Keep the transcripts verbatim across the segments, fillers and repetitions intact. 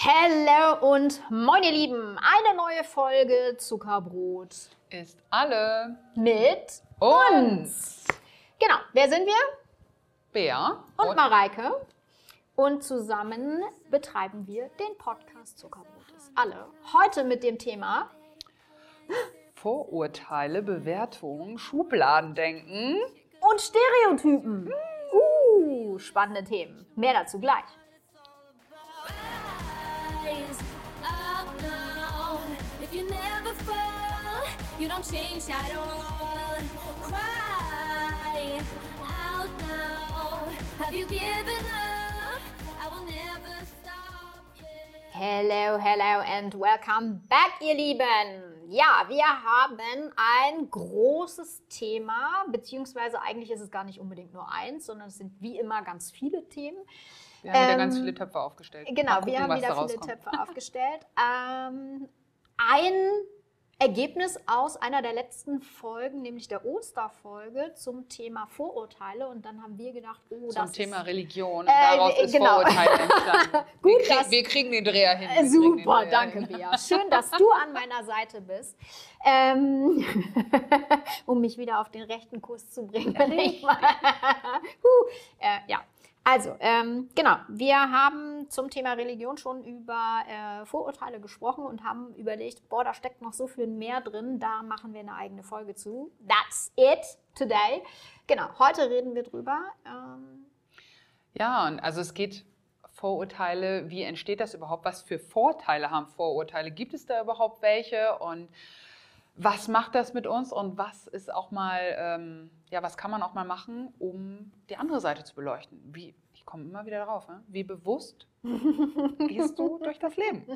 Hallo und moin ihr Lieben, eine neue Folge Zuckerbrot ist alle mit uns. Genau, wer sind wir? Bea und, und Mareike und zusammen betreiben wir den Podcast Zuckerbrot ist alle. Heute mit dem Thema Vorurteile, Bewertungen, Schubladendenken und Stereotypen. Uh, spannende Themen. Mehr dazu gleich. You don't change at all. Cry out now. Have you given up? I will never stop it. Hello, hello and welcome back, ihr Lieben. Ja, wir haben ein großes Thema, beziehungsweise eigentlich ist es gar nicht unbedingt nur eins, sondern es sind wie immer ganz viele Themen. Wir haben ähm, wieder ganz viele Töpfe aufgestellt. Genau, gucken, wir haben wieder viele rauskommt. Töpfe aufgestellt. Ähm, ein Ergebnis aus einer der letzten Folgen, nämlich der Osterfolge zum Thema Vorurteile. Und dann haben wir gedacht, oh, zum das Thema ist, Religion. Äh, Daraus ist genau. Vorurteile entstanden. Gut, wir, krieg, dass, wir kriegen den Dreher hin. Äh, super, Dreher danke, hin. Bea. Schön, dass du an meiner Seite bist, ähm, um mich wieder auf den rechten Kurs zu bringen. huh, äh, ja. Also, ähm, genau, wir haben zum Thema Religion schon über äh, Vorurteile gesprochen und haben überlegt, boah, da steckt noch so viel mehr drin, da machen wir eine eigene Folge zu. That's it today. Genau, heute reden wir drüber. Ähm, ja, und also es geht Vorurteile, wie entsteht das überhaupt? Was für Vorteile haben Vorurteile? Gibt es da überhaupt welche? Und was macht das mit uns? Und was ist auch mal, ähm, ja, was kann man auch mal machen, um die andere Seite zu beleuchten? Wie, ich komme immer wieder darauf, ne? Wie bewusst gehst du durch das Leben?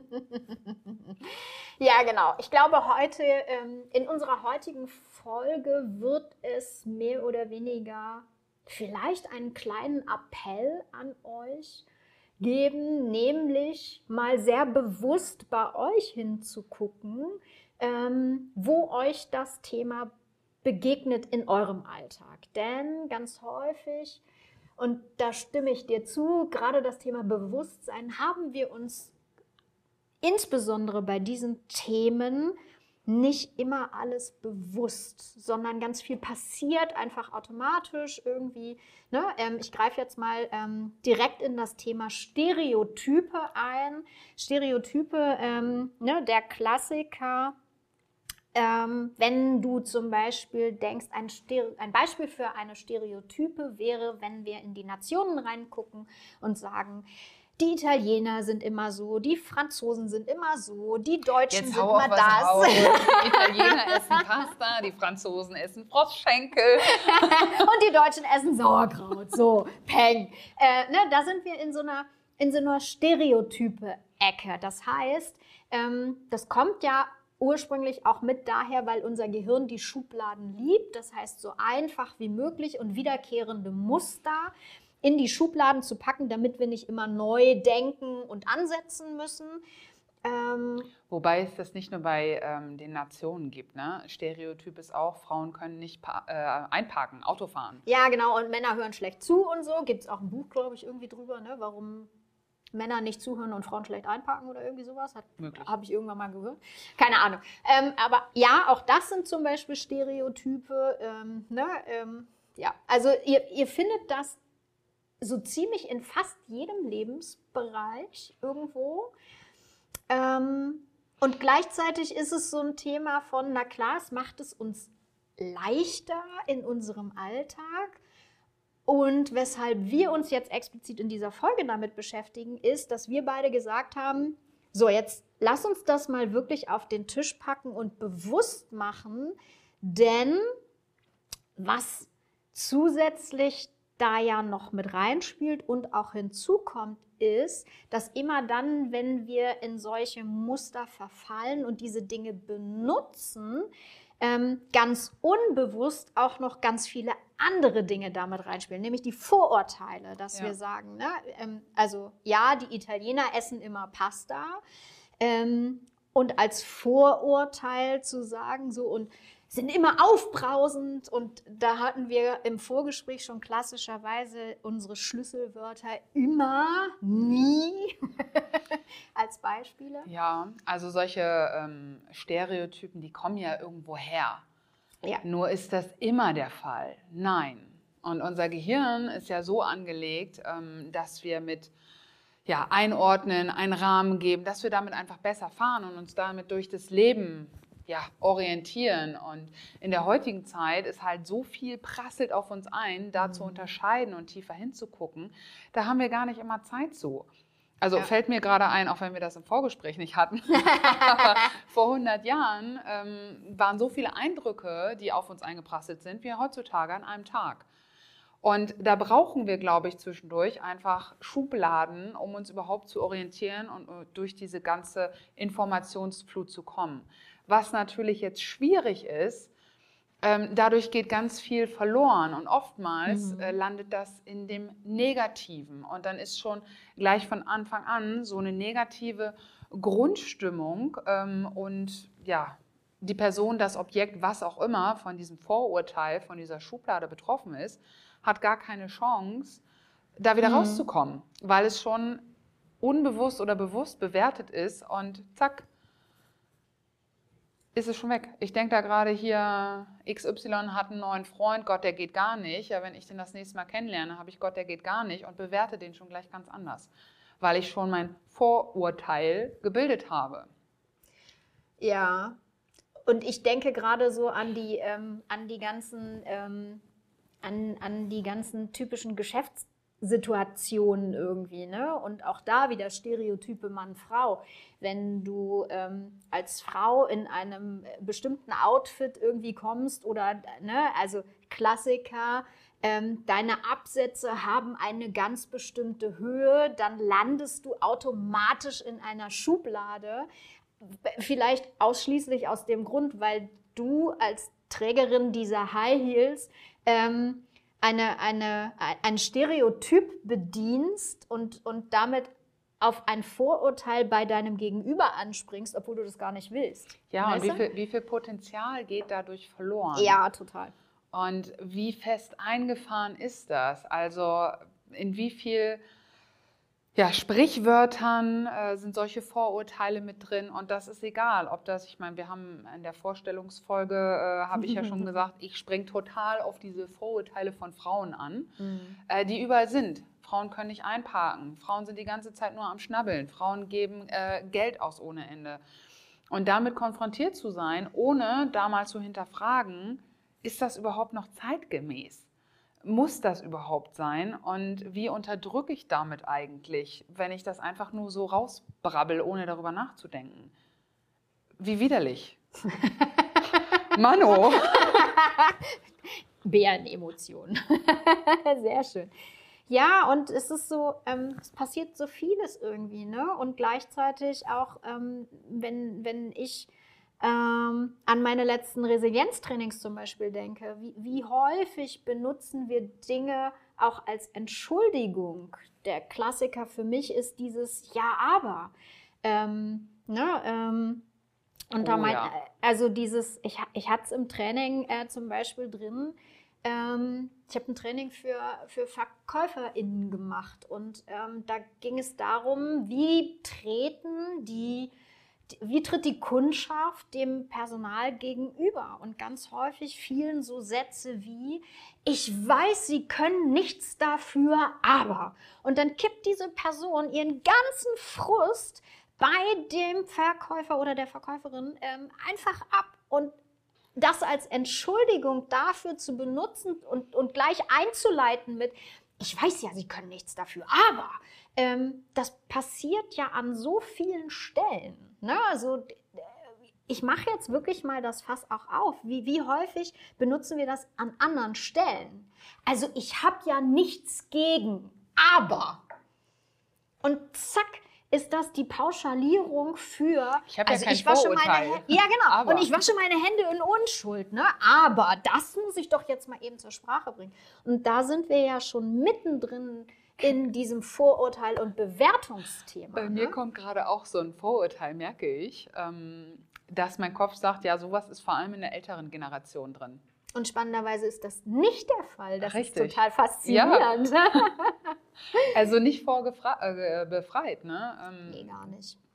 Ja, genau. Ich glaube, heute, ähm, in unserer heutigen Folge wird es mehr oder weniger vielleicht einen kleinen Appell an euch geben, nämlich mal sehr bewusst bei euch hinzugucken, ähm, wo euch das Thema begegnet in eurem Alltag. Denn ganz häufig, und da stimme ich dir zu, gerade das Thema Bewusstsein, haben wir uns insbesondere bei diesen Themen nicht immer alles bewusst, sondern ganz viel passiert einfach automatisch irgendwie. Ne? Ähm, ich greife jetzt mal ähm, direkt in das Thema Stereotype ein. Stereotype, ähm, ne, der Klassiker. Ähm, wenn du zum Beispiel denkst, ein, Stere- ein Beispiel für eine Stereotype wäre, wenn wir in die Nationen reingucken und sagen, die Italiener sind immer so, die Franzosen sind immer so, die Deutschen Jetzt sind hau immer was das. raus. Die Italiener essen Pasta, die Franzosen essen Froschschenkel. Und die Deutschen essen Sauerkraut. So, peng. Äh, ne, da sind wir in so einer, in so einer Stereotype-Ecke. Das heißt, ähm, das kommt ja ursprünglich auch mit daher, weil unser Gehirn die Schubladen liebt. Das heißt, so einfach wie möglich und wiederkehrende Muster in die Schubladen zu packen, damit wir nicht immer neu denken und ansetzen müssen. Ähm, Wobei es das nicht nur bei ähm, den Nationen gibt. Ne? Stereotyp ist auch, Frauen können nicht pa- äh, einparken, Auto fahren. Ja, genau. Und Männer hören schlecht zu und so. Gibt es auch ein Buch, glaube ich, irgendwie drüber, ne? Warum Männer nicht zuhören und Frauen schlecht einparken oder irgendwie sowas. Habe ich irgendwann mal gehört. Keine Ahnung. Ähm, aber ja, auch das sind zum Beispiel Stereotype. Ähm, ne? ähm, ja, also ihr, ihr findet das so ziemlich in fast jedem Lebensbereich irgendwo. Ähm, und gleichzeitig ist es so ein Thema von, na klar, es macht es uns leichter in unserem Alltag. Und weshalb wir uns jetzt explizit in dieser Folge damit beschäftigen, ist, dass wir beide gesagt haben, so jetzt lass uns das mal wirklich auf den Tisch packen und bewusst machen, denn was zusätzlich da ja noch mit reinspielt und auch hinzukommt, ist, dass immer dann, wenn wir in solche Muster verfallen und diese Dinge benutzen, ähm, ganz unbewusst auch noch ganz viele andere Dinge damit reinspielen, nämlich die Vorurteile, dass ja. wir sagen, ne, ähm, also ja, die Italiener essen immer Pasta ähm, und als Vorurteil zu sagen, so und sind immer aufbrausend und da hatten wir im Vorgespräch schon klassischerweise unsere Schlüsselwörter immer, nie als als Beispiele? Ja, also solche ähm, Stereotypen, die kommen ja irgendwo her. Ja. Nur ist das immer der Fall? Nein. Und unser Gehirn ist ja so angelegt, ähm, dass wir mit ja, einordnen, einen Rahmen geben, dass wir damit einfach besser fahren und uns damit durch das Leben ja, orientieren. Und in der heutigen Zeit ist halt so viel prasselt auf uns ein, da mhm. zu unterscheiden und tiefer hinzugucken. Da haben wir gar nicht immer Zeit zu. Also ja. fällt mir gerade ein, auch wenn wir das im Vorgespräch nicht hatten, aber vor hundert Jahren ähm, waren so viele Eindrücke, die auf uns eingeprasselt sind, wie heutzutage an einem Tag. Und da brauchen wir, glaube ich, zwischendurch einfach Schubladen, um uns überhaupt zu orientieren und durch diese ganze Informationsflut zu kommen. Was natürlich jetzt schwierig ist, ähm, dadurch geht ganz viel verloren und oftmals mhm. äh, landet das in dem Negativen. Und dann ist schon gleich von Anfang an so eine negative Grundstimmung ähm, und ja, die Person, das Objekt, was auch immer von diesem Vorurteil, von dieser Schublade betroffen ist, hat gar keine Chance, da wieder mhm. rauszukommen, weil es schon unbewusst oder bewusst bewertet ist und zack, ist es schon weg. Ich denke da gerade hier, X Y hat einen neuen Freund, Gott, der geht gar nicht. Ja, wenn ich den das nächste Mal kennenlerne, habe ich Gott, der geht gar nicht und bewerte den schon gleich ganz anders, weil ich schon mein Vorurteil gebildet habe. Ja, und ich denke gerade so an die, ähm, an die ganzen... Ähm An, an die ganzen typischen Geschäftssituationen irgendwie, ne? Und auch da wieder Stereotype Mann-Frau. Wenn du ähm, als Frau in einem bestimmten Outfit irgendwie kommst oder, ne, also Klassiker, ähm, deine Absätze haben eine ganz bestimmte Höhe, dann landest du automatisch in einer Schublade. Vielleicht ausschließlich aus dem Grund, weil du als Trägerin dieser High Heels ähm, eine, eine, ein Stereotyp bedienst und, und damit auf ein Vorurteil bei deinem Gegenüber anspringst, obwohl du das gar nicht willst. Ja, weißt und wie viel, wie viel Potenzial geht dadurch verloren? Ja, total. Und wie fest eingefahren ist das? Also in wie viel ja, Sprichwörtern äh, sind solche Vorurteile mit drin und das ist egal, ob das, ich meine, wir haben in der Vorstellungsfolge, äh, habe ich ja schon gesagt, ich springe total auf diese Vorurteile von Frauen an, mhm. äh, die überall sind. Frauen können nicht einparken, Frauen sind die ganze Zeit nur am Schnabbeln, Frauen geben äh, Geld aus ohne Ende. Und damit konfrontiert zu sein, ohne da mal zu hinterfragen, ist das überhaupt noch zeitgemäß? Muss das überhaupt sein? Und wie unterdrücke ich damit eigentlich, wenn ich das einfach nur so rausbrabbel, ohne darüber nachzudenken? Wie widerlich. Mano. Bärenemotionen. Sehr schön. Ja, und es ist so, ähm, es passiert so vieles irgendwie, ne? Und gleichzeitig auch, ähm, wenn, wenn ich ähm, an meine letzten Resilienztrainings zum Beispiel denke, wie, wie häufig benutzen wir Dinge auch als Entschuldigung? Der Klassiker für mich ist dieses Ja, aber. Ähm, ne, ähm, und da Oh, mein, ja. also dieses, ich, ich hatte es im Training äh, zum Beispiel drin, ähm, ich habe ein Training für, für VerkäuferInnen gemacht und ähm, da ging es darum, wie treten die Wie tritt die Kundschaft dem Personal gegenüber? Und ganz häufig fielen so Sätze wie, ich weiß, Sie können nichts dafür, aber. Und dann kippt diese Person ihren ganzen Frust bei dem Verkäufer oder der Verkäuferin ähm, einfach ab. Und das als Entschuldigung dafür zu benutzen und, und gleich einzuleiten mit, ich weiß ja, Sie können nichts dafür, aber ähm, das passiert ja an so vielen Stellen. Ne? Also ich mache jetzt wirklich mal das Fass auch auf. Wie, wie häufig benutzen wir das an anderen Stellen? Also ich habe ja nichts gegen, aber. Und zack, ist das die Pauschalierung für, ich habe ja also kein ich wasche meine Vorurteil. Hände, ja genau, Aber. und ich wasche meine Hände in Unschuld, ne? Aber das muss ich doch jetzt mal eben zur Sprache bringen. Und da sind wir ja schon mittendrin in diesem Vorurteil und Bewertungsthema. Bei ne? mir kommt gerade auch so ein Vorurteil, merke ich, ähm, dass mein Kopf sagt, ja, sowas ist vor allem in der älteren Generation drin. Und spannenderweise ist das nicht der Fall. Das Richtig. ist total faszinierend. Ja. Also nicht vorbefreit, ne? Ähm, Nee, gar nicht.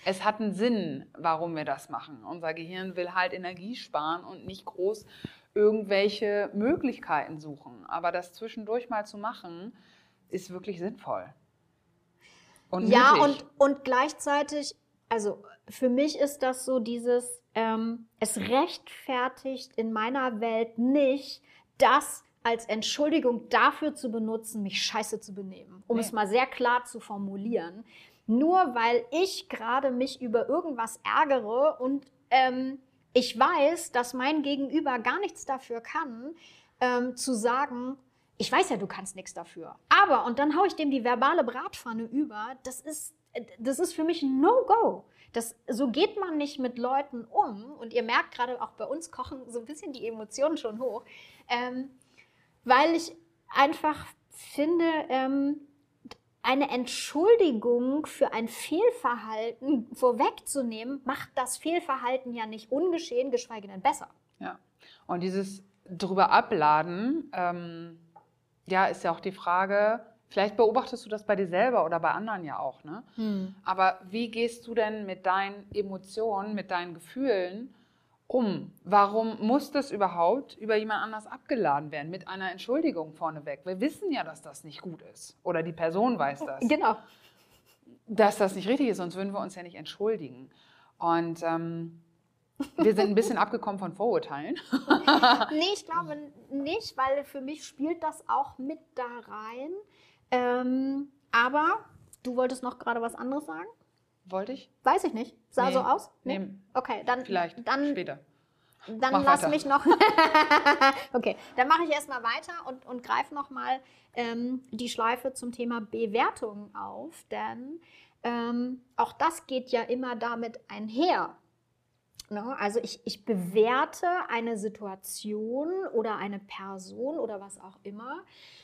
Es hat einen Sinn, warum wir das machen. Unser Gehirn will halt Energie sparen und nicht groß irgendwelche Möglichkeiten suchen. Aber das zwischendurch mal zu machen, ist wirklich sinnvoll. Und ja, nötig. und, und gleichzeitig, also für mich ist das so dieses, ähm, es rechtfertigt in meiner Welt nicht, das als Entschuldigung dafür zu benutzen, mich scheiße zu benehmen. Um nee. es mal sehr klar zu formulieren. Nur weil ich gerade mich über irgendwas ärgere und ähm, ich weiß, dass mein Gegenüber gar nichts dafür kann, ähm, zu sagen, ich weiß ja, du kannst nichts dafür. Aber, und dann haue ich dem die verbale Bratpfanne über, das ist, das ist für mich ein No-Go. Das, so geht man nicht mit Leuten um. Und ihr merkt gerade, auch bei uns kochen so ein bisschen die Emotionen schon hoch. Ähm, weil ich einfach finde, ähm, eine Entschuldigung für ein Fehlverhalten vorwegzunehmen, macht das Fehlverhalten ja nicht ungeschehen, geschweige denn besser. Ja, und dieses drüber abladen, ähm, ja, ist ja auch die Frage, vielleicht beobachtest du das bei dir selber oder bei anderen ja auch, ne? Hm. Aber wie gehst du denn mit deinen Emotionen, mit deinen Gefühlen um? Warum muss das überhaupt über jemand anders abgeladen werden mit einer Entschuldigung vorneweg? Wir wissen ja, dass das nicht gut ist. Oder die Person weiß das. Genau. Dass das nicht richtig ist, sonst würden wir uns ja nicht entschuldigen. Und ähm, wir sind ein bisschen abgekommen von Vorurteilen. Nee, ich glaube nicht, weil für mich spielt das auch mit da rein. Ähm, aber du wolltest noch gerade was anderes sagen? Wollte ich? Weiß ich nicht. Sah nee, so aus? Nee. nee. Okay, dann vielleicht dann, später. Dann Mach lass weiter. mich noch. Okay, dann mache ich erstmal weiter und, und greife nochmal ähm, die Schleife zum Thema Bewertung auf, denn ähm, auch das geht ja immer damit einher. Ne? Also ich, ich bewerte eine Situation oder eine Person oder was auch immer.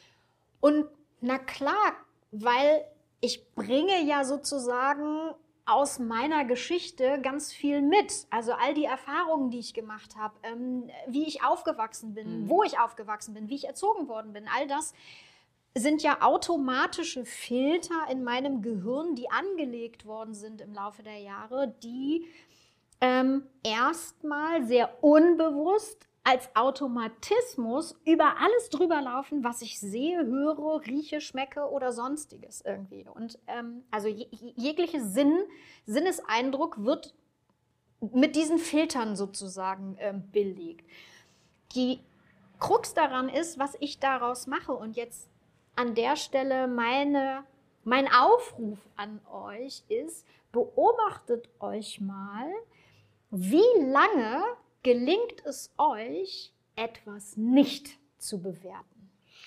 Und na klar, weil ich bringe ja sozusagen aus meiner Geschichte ganz viel mit. Also all die Erfahrungen, die ich gemacht habe, ähm, wie ich aufgewachsen bin, mhm. wo ich aufgewachsen bin, wie ich erzogen worden bin, all das sind ja automatische Filter in meinem Gehirn, die angelegt worden sind im Laufe der Jahre, die ähm, erstmal sehr unbewusst als Automatismus über alles drüber laufen, was ich sehe, höre, rieche, schmecke oder sonstiges irgendwie. Und ähm, also je, jegliche Sinn, Sinneseindruck wird mit diesen Filtern sozusagen ähm, belegt. Die Krux daran ist, was ich daraus mache. Und jetzt an der Stelle meine, mein Aufruf an euch ist, beobachtet euch mal, wie lange gelingt es euch, etwas nicht zu bewerten?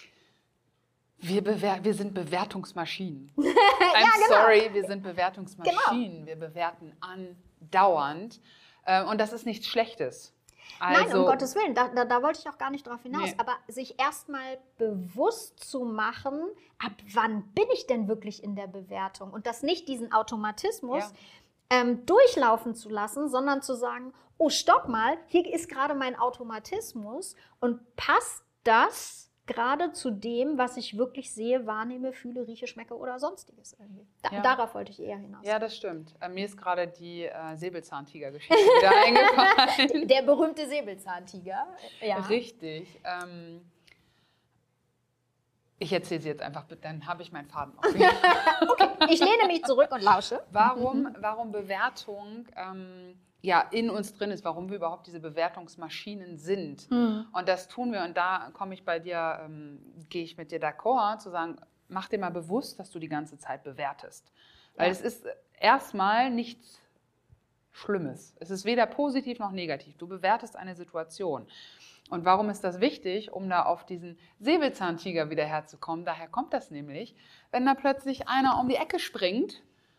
Wir, bewer- wir sind Bewertungsmaschinen. I'm ja, genau. sorry, wir sind Bewertungsmaschinen. Genau. Wir bewerten andauernd. Und das ist nichts Schlechtes. Also, Nein, um Gottes Willen, da, da, da wollte ich auch gar nicht drauf hinaus. Nee. Aber sich erstmal bewusst zu machen, ab wann bin ich denn wirklich in der Bewertung? Und das nicht diesen Automatismus ja. ähm, durchlaufen zu lassen, sondern zu sagen, oh, stopp mal, hier ist gerade mein Automatismus und passt das gerade zu dem, was ich wirklich sehe, wahrnehme, fühle, rieche, schmecke oder sonstiges irgendwie. Da, ja. Darauf wollte ich eher hinaus. Ja, das stimmt. Äh, mir ist gerade die äh, Säbelzahntiger-Geschichte wieder eingefallen. Der berühmte Säbelzahntiger. Ja. Richtig. Ähm, ich erzähle sie jetzt einfach, dann habe ich meinen Faden auch wieder. Okay, ich lehne mich zurück und lausche. Warum, warum Bewertung ähm, ja, in uns drin ist, warum wir überhaupt diese Bewertungsmaschinen sind. Mhm. Und das tun wir, und da komme ich bei dir, ähm, gehe ich mit dir d'accord, zu sagen, mach dir mal bewusst, dass du die ganze Zeit bewertest. Weil ja. es ist erstmal nichts Schlimmes. Es ist weder positiv noch negativ. Du bewertest eine Situation. Und warum ist das wichtig, um da auf diesen Säbelzahntiger wieder herzukommen? Daher kommt das nämlich, wenn da plötzlich einer um die Ecke springt,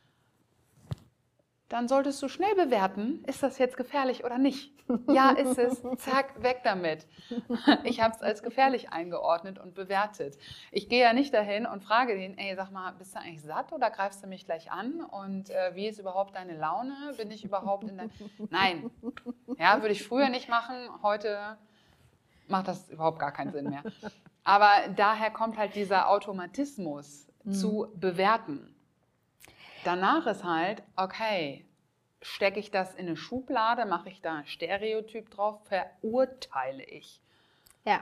dann solltest du schnell bewerten, ist das jetzt gefährlich oder nicht? Ja, ist es. Zack, weg damit. Ich habe es als gefährlich eingeordnet und bewertet. Ich gehe ja nicht dahin und frage den, ey, sag mal, bist du eigentlich satt oder greifst du mich gleich an? Und äh, wie ist überhaupt deine Laune? Bin ich überhaupt in der... Nein. Ja, würde ich früher nicht machen. Heute macht das überhaupt gar keinen Sinn mehr. Aber daher kommt halt dieser Automatismus mhm. zu bewerten. Danach ist halt, okay, stecke ich das in eine Schublade, mache ich da ein Stereotyp drauf, verurteile ich. Ja.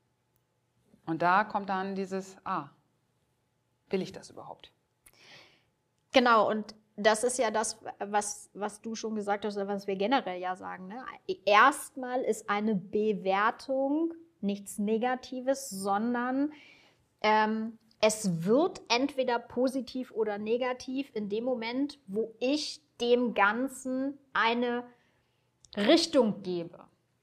Und da kommt dann dieses, ah, will ich das überhaupt? Genau, und das ist ja das, was, was du schon gesagt hast, oder was wir generell ja sagen. Ne? Erstmal ist eine Bewertung nichts Negatives, sondern ähm, es wird entweder positiv oder negativ in dem Moment, wo ich dem Ganzen eine Richtung gebe.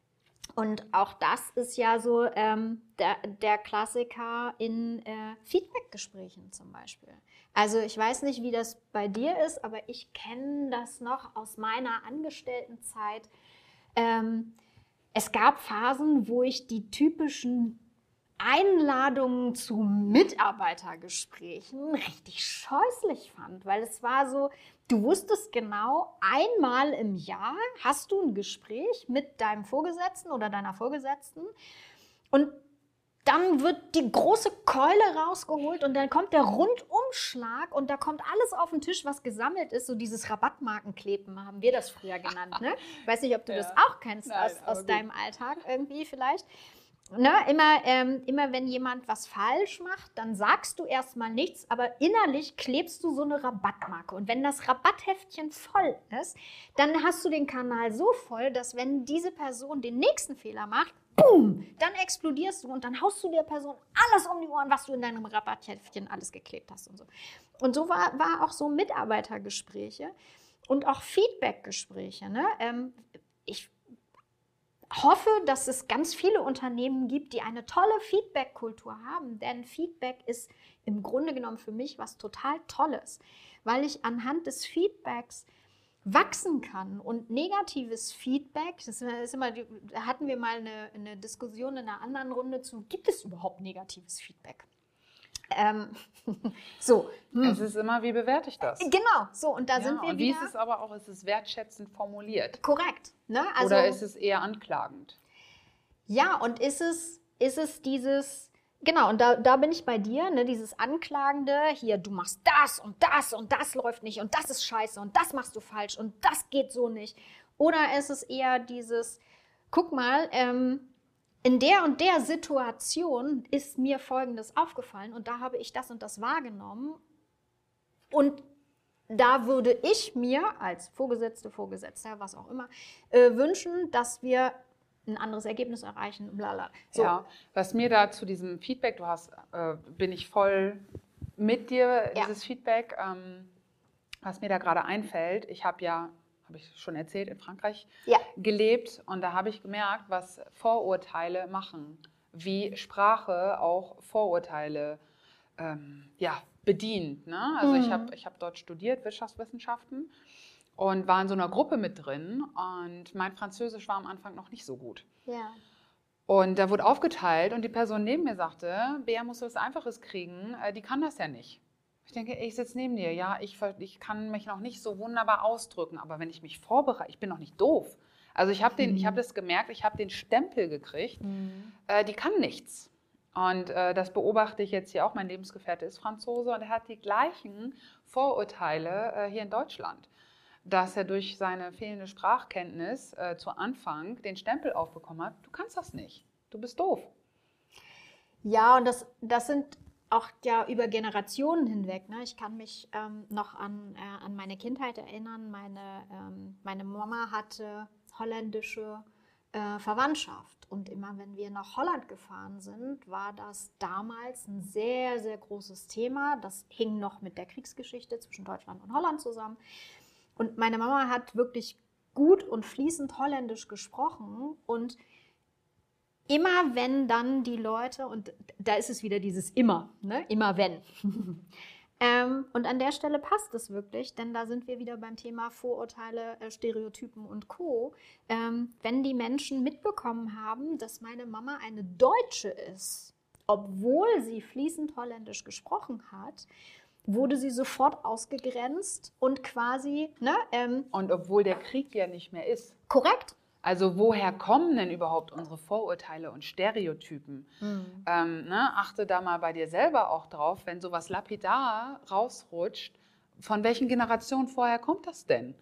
Und auch das ist ja so ähm, der, der Klassiker in äh, Feedbackgesprächen zum Beispiel. Also ich weiß nicht, wie das bei dir ist, aber ich kenne das noch aus meiner Angestelltenzeit. Ähm, es gab Phasen, wo ich die typischen Einladungen zu Mitarbeitergesprächen richtig scheußlich fand, weil es war so, du wusstest genau, einmal im Jahr hast du ein Gespräch mit deinem Vorgesetzten oder deiner Vorgesetzten und dann wird die große Keule rausgeholt und dann kommt der Rundumschlag und da kommt alles auf den Tisch, was gesammelt ist. So dieses Rabattmarkenkleben haben wir das früher genannt. Ne? Ich weiß nicht, ob du ja. das auch kennst. Nein, aus, aus deinem Alltag irgendwie vielleicht. Ne, immer, ähm, immer wenn jemand was falsch macht, dann sagst du erstmal nichts, aber innerlich klebst du so eine Rabattmarke. Und wenn das Rabattheftchen voll ist, dann hast du den Kanal so voll, dass wenn diese Person den nächsten Fehler macht, boom, dann explodierst du und dann haust du der Person alles um die Ohren, was du in deinem Rabattheftchen alles geklebt hast und so. Und so war, war auch so Mitarbeitergespräche und auch Feedbackgespräche. Ne? Ähm, ich hoffe, dass es ganz viele Unternehmen gibt, die eine tolle Feedback-Kultur haben, denn Feedback ist im Grunde genommen für mich was total Tolles, weil ich anhand des Feedbacks wachsen kann und negatives Feedback, das ist immer, da hatten wir mal eine, eine Diskussion in einer anderen Runde zu, gibt es überhaupt negatives Feedback? Ähm, so. Es ist immer, wie bewerte ich das? Genau, so und da ja, sind wir und wie wieder, ist es aber auch, ist es wertschätzend formuliert? Korrekt. Ne? Also, oder ist es eher anklagend? Ja, und ist es, ist es dieses, genau, und da, da bin ich bei dir, ne, dieses Anklagende, hier, du machst das und das und das läuft nicht und das ist scheiße und das machst du falsch und das geht so nicht. Oder ist es eher dieses, guck mal, ähm, in der und der Situation ist mir Folgendes aufgefallen und da habe ich das und das wahrgenommen und da würde ich mir als Vorgesetzte, Vorgesetzter, was auch immer, äh, wünschen, dass wir ein anderes Ergebnis erreichen, blala. So. Ja, was mir da zu diesem Feedback, du hast, äh, bin ich voll mit dir, dieses ja. Feedback, ähm, was mir da gerade einfällt, ich habe ja, habe ich schon erzählt, in Frankreich ja. gelebt und da habe ich gemerkt, was Vorurteile machen, wie Sprache auch Vorurteile ähm, ja, bedient. Ne? Also mhm. ich habe ich hab dort studiert, Wirtschaftswissenschaften und war in so einer Gruppe mit drin und mein Französisch war am Anfang noch nicht so gut. Ja. Und da wurde aufgeteilt und die Person neben mir sagte, Bea, musst du was Einfaches kriegen, die kann das ja nicht. Ich denke, ich sitze neben dir, ja, ich, ich kann mich noch nicht so wunderbar ausdrücken, aber wenn ich mich vorbereite, ich bin noch nicht doof. Also ich habe mhm. hab das gemerkt, ich habe den Stempel gekriegt, mhm. äh, die kann nichts. Und äh, das beobachte ich jetzt hier auch, mein Lebensgefährte ist Franzose und er hat die gleichen Vorurteile äh, hier in Deutschland. Dass er durch seine fehlende Sprachkenntnis äh, zu Anfang den Stempel aufbekommen hat, du kannst das nicht, du bist doof. Ja, und das, das sind auch ja über Generationen hinweg. Ne? Ich kann mich ähm, noch an, äh, an meine Kindheit erinnern. Meine, ähm, meine Mama hatte holländische äh, Verwandtschaft. Und immer wenn wir nach Holland gefahren sind, war das damals ein sehr, sehr großes Thema. Das hing noch mit der Kriegsgeschichte zwischen Deutschland und Holland zusammen. Und meine Mama hat wirklich gut und fließend Holländisch gesprochen und immer wenn dann die Leute, und da ist es wieder dieses immer, ne? Immer wenn. ähm, und an der Stelle passt es wirklich, denn da sind wir wieder beim Thema Vorurteile, äh, Stereotypen und Co. Ähm, wenn die Menschen mitbekommen haben, dass meine Mama eine Deutsche ist, obwohl sie fließend Holländisch gesprochen hat, wurde sie sofort ausgegrenzt und quasi, ne? Ähm, und obwohl der Krieg ja nicht mehr ist. Korrekt. Also woher kommen denn überhaupt unsere Vorurteile und Stereotypen? Mhm. Ähm, ne, achte da mal bei dir selber auch drauf, wenn sowas lapidar rausrutscht, von welchen Generationen vorher kommt das denn?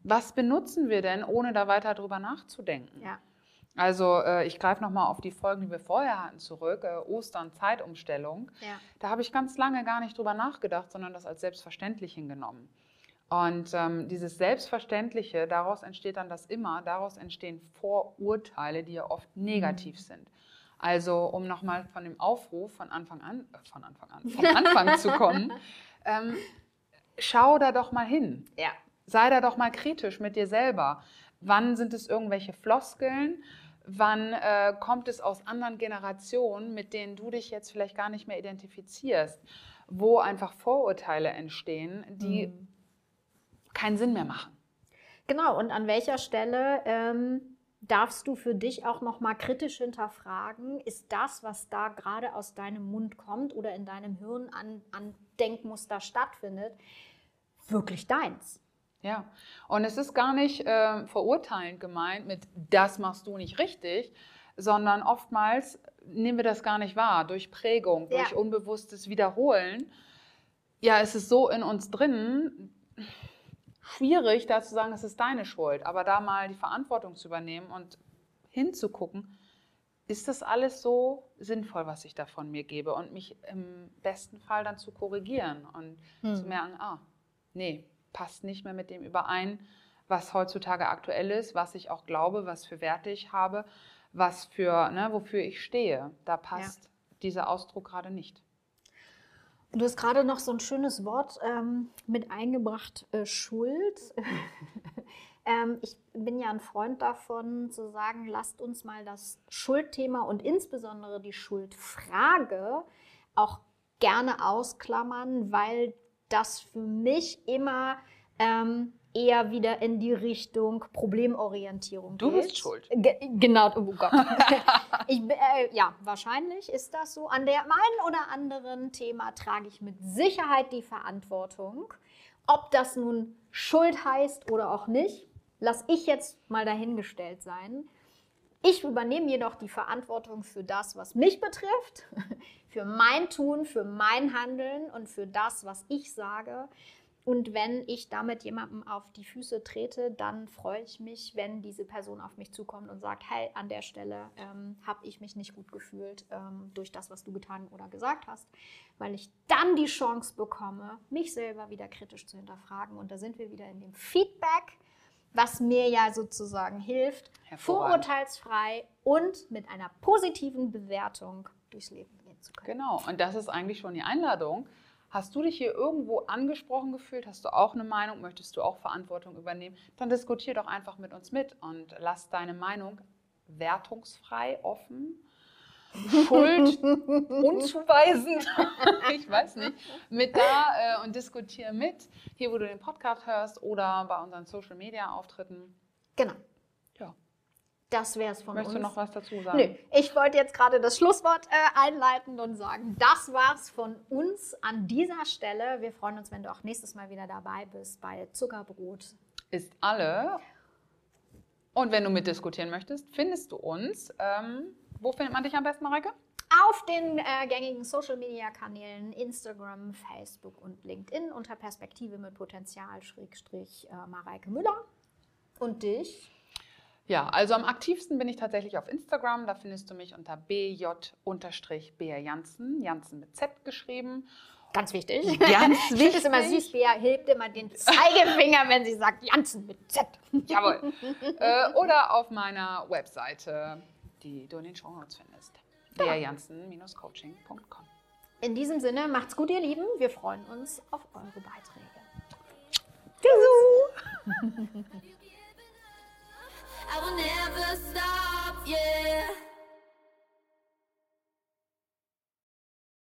was benutzen wir denn, ohne da weiter drüber nachzudenken? Ja. Also äh, ich greife nochmal auf die Folgen, die wir vorher hatten, zurück. Äh, Ostern, Zeitumstellung. Ja. Da habe ich ganz lange gar nicht drüber nachgedacht, sondern das als selbstverständlich hingenommen. Und ähm, dieses Selbstverständliche, daraus entsteht dann das immer, daraus entstehen Vorurteile, die ja oft negativ sind. Also um nochmal von dem Aufruf von Anfang an, äh, von Anfang an, vom Anfang zu kommen, ähm, schau da doch mal hin. Ja. Sei da doch mal kritisch mit dir selber. Wann sind es irgendwelche Floskeln? Wann äh, kommt es aus anderen Generationen, mit denen du dich jetzt vielleicht gar nicht mehr identifizierst, wo einfach Vorurteile entstehen, die mhm. keinen Sinn mehr machen? Genau, und an welcher Stelle ähm, darfst du für dich auch nochmal kritisch hinterfragen, ist das, was da gerade aus deinem Mund kommt oder in deinem Hirn an, an Denkmuster stattfindet, wirklich deins? Ja, und es ist gar nicht äh, verurteilend gemeint mit, das machst du nicht richtig, sondern oftmals nehmen wir das gar nicht wahr, durch Prägung, durch ja. unbewusstes Wiederholen. Ja, es ist so in uns drin, schwierig da zu sagen, es ist deine Schuld, aber da mal die Verantwortung zu übernehmen und hinzugucken, ist das alles so sinnvoll, was ich da von mir gebe und mich im besten Fall dann zu korrigieren und hm. zu merken, ah, nee, passt nicht mehr mit dem überein, was heutzutage aktuell ist, was ich auch glaube, was für Werte ich habe, was für, ne, wofür ich stehe. Da passt ja. dieser Ausdruck gerade nicht. Du hast gerade noch so ein schönes Wort ähm, mit eingebracht, äh, Schuld. ähm, ich bin ja ein Freund davon, zu sagen, lasst uns mal das Schuldthema und insbesondere die Schuldfrage auch gerne ausklammern, weil das für mich immer ähm, eher wieder in die Richtung Problemorientierung du geht. Du bist schuld. Ge- genau, oh Gott. ich, äh, ja, wahrscheinlich ist das so. An der einen oder anderen Thema trage ich mit Sicherheit die Verantwortung. Ob das nun Schuld heißt oder auch nicht, lasse ich jetzt mal dahingestellt sein. Ich übernehme jedoch die Verantwortung für das, was mich betrifft, für mein Tun, für mein Handeln und für das, was ich sage. Und wenn ich damit jemandem auf die Füße trete, dann freue ich mich, wenn diese Person auf mich zukommt und sagt, hey, an der Stelle ähm, habe ich mich nicht gut gefühlt ähm, durch das, was du getan oder gesagt hast, weil ich dann die Chance bekomme, mich selber wieder kritisch zu hinterfragen. Und da sind wir wieder in dem Feedback, was mir ja sozusagen hilft, vorurteilsfrei und mit einer positiven Bewertung durchs Leben gehen zu können. Genau, und das ist eigentlich schon die Einladung. Hast du dich hier irgendwo angesprochen gefühlt? Hast du auch eine Meinung? Möchtest du auch Verantwortung übernehmen? Dann diskutier doch einfach mit uns mit und lass deine Meinung wertungsfrei, offen, Schuld unzuweisend, ich weiß nicht, mit da äh, und diskutiere mit, hier wo du den Podcast hörst oder bei unseren Social-Media-Auftritten. Genau. Ja. Das wäre es von Möchtest uns. Möchtest du noch was dazu sagen? Nö, ich wollte jetzt gerade das Schlusswort äh, einleiten und sagen, das war's von uns an dieser Stelle. Wir freuen uns, wenn du auch nächstes Mal wieder dabei bist bei Zuckerbrot. Ist alle. Und wenn du mitdiskutieren möchtest, findest du uns. Ähm, wo findet man dich am besten, Mareike? Auf den äh, gängigen Social-Media-Kanälen Instagram, Facebook und LinkedIn unter Perspektive mit Potenzial, Schrägstrich äh, Mareike Müller. Und dich? Ja, also am aktivsten bin ich tatsächlich auf Instagram. Da findest du mich unter b j Bea Janssen, Janssen mit Z geschrieben. Ganz wichtig. Ganz wichtig. Ich finde es immer süß, Bea hilft immer den Zeigefinger, wenn sie sagt Janssen mit Z. Jawohl. äh, oder auf meiner Webseite, die du in den Shownotes findest. bea janssen Bindestrich coaching Punkt com. In diesem Sinne, macht's gut, ihr Lieben. Wir freuen uns auf eure Beiträge. Tschüss.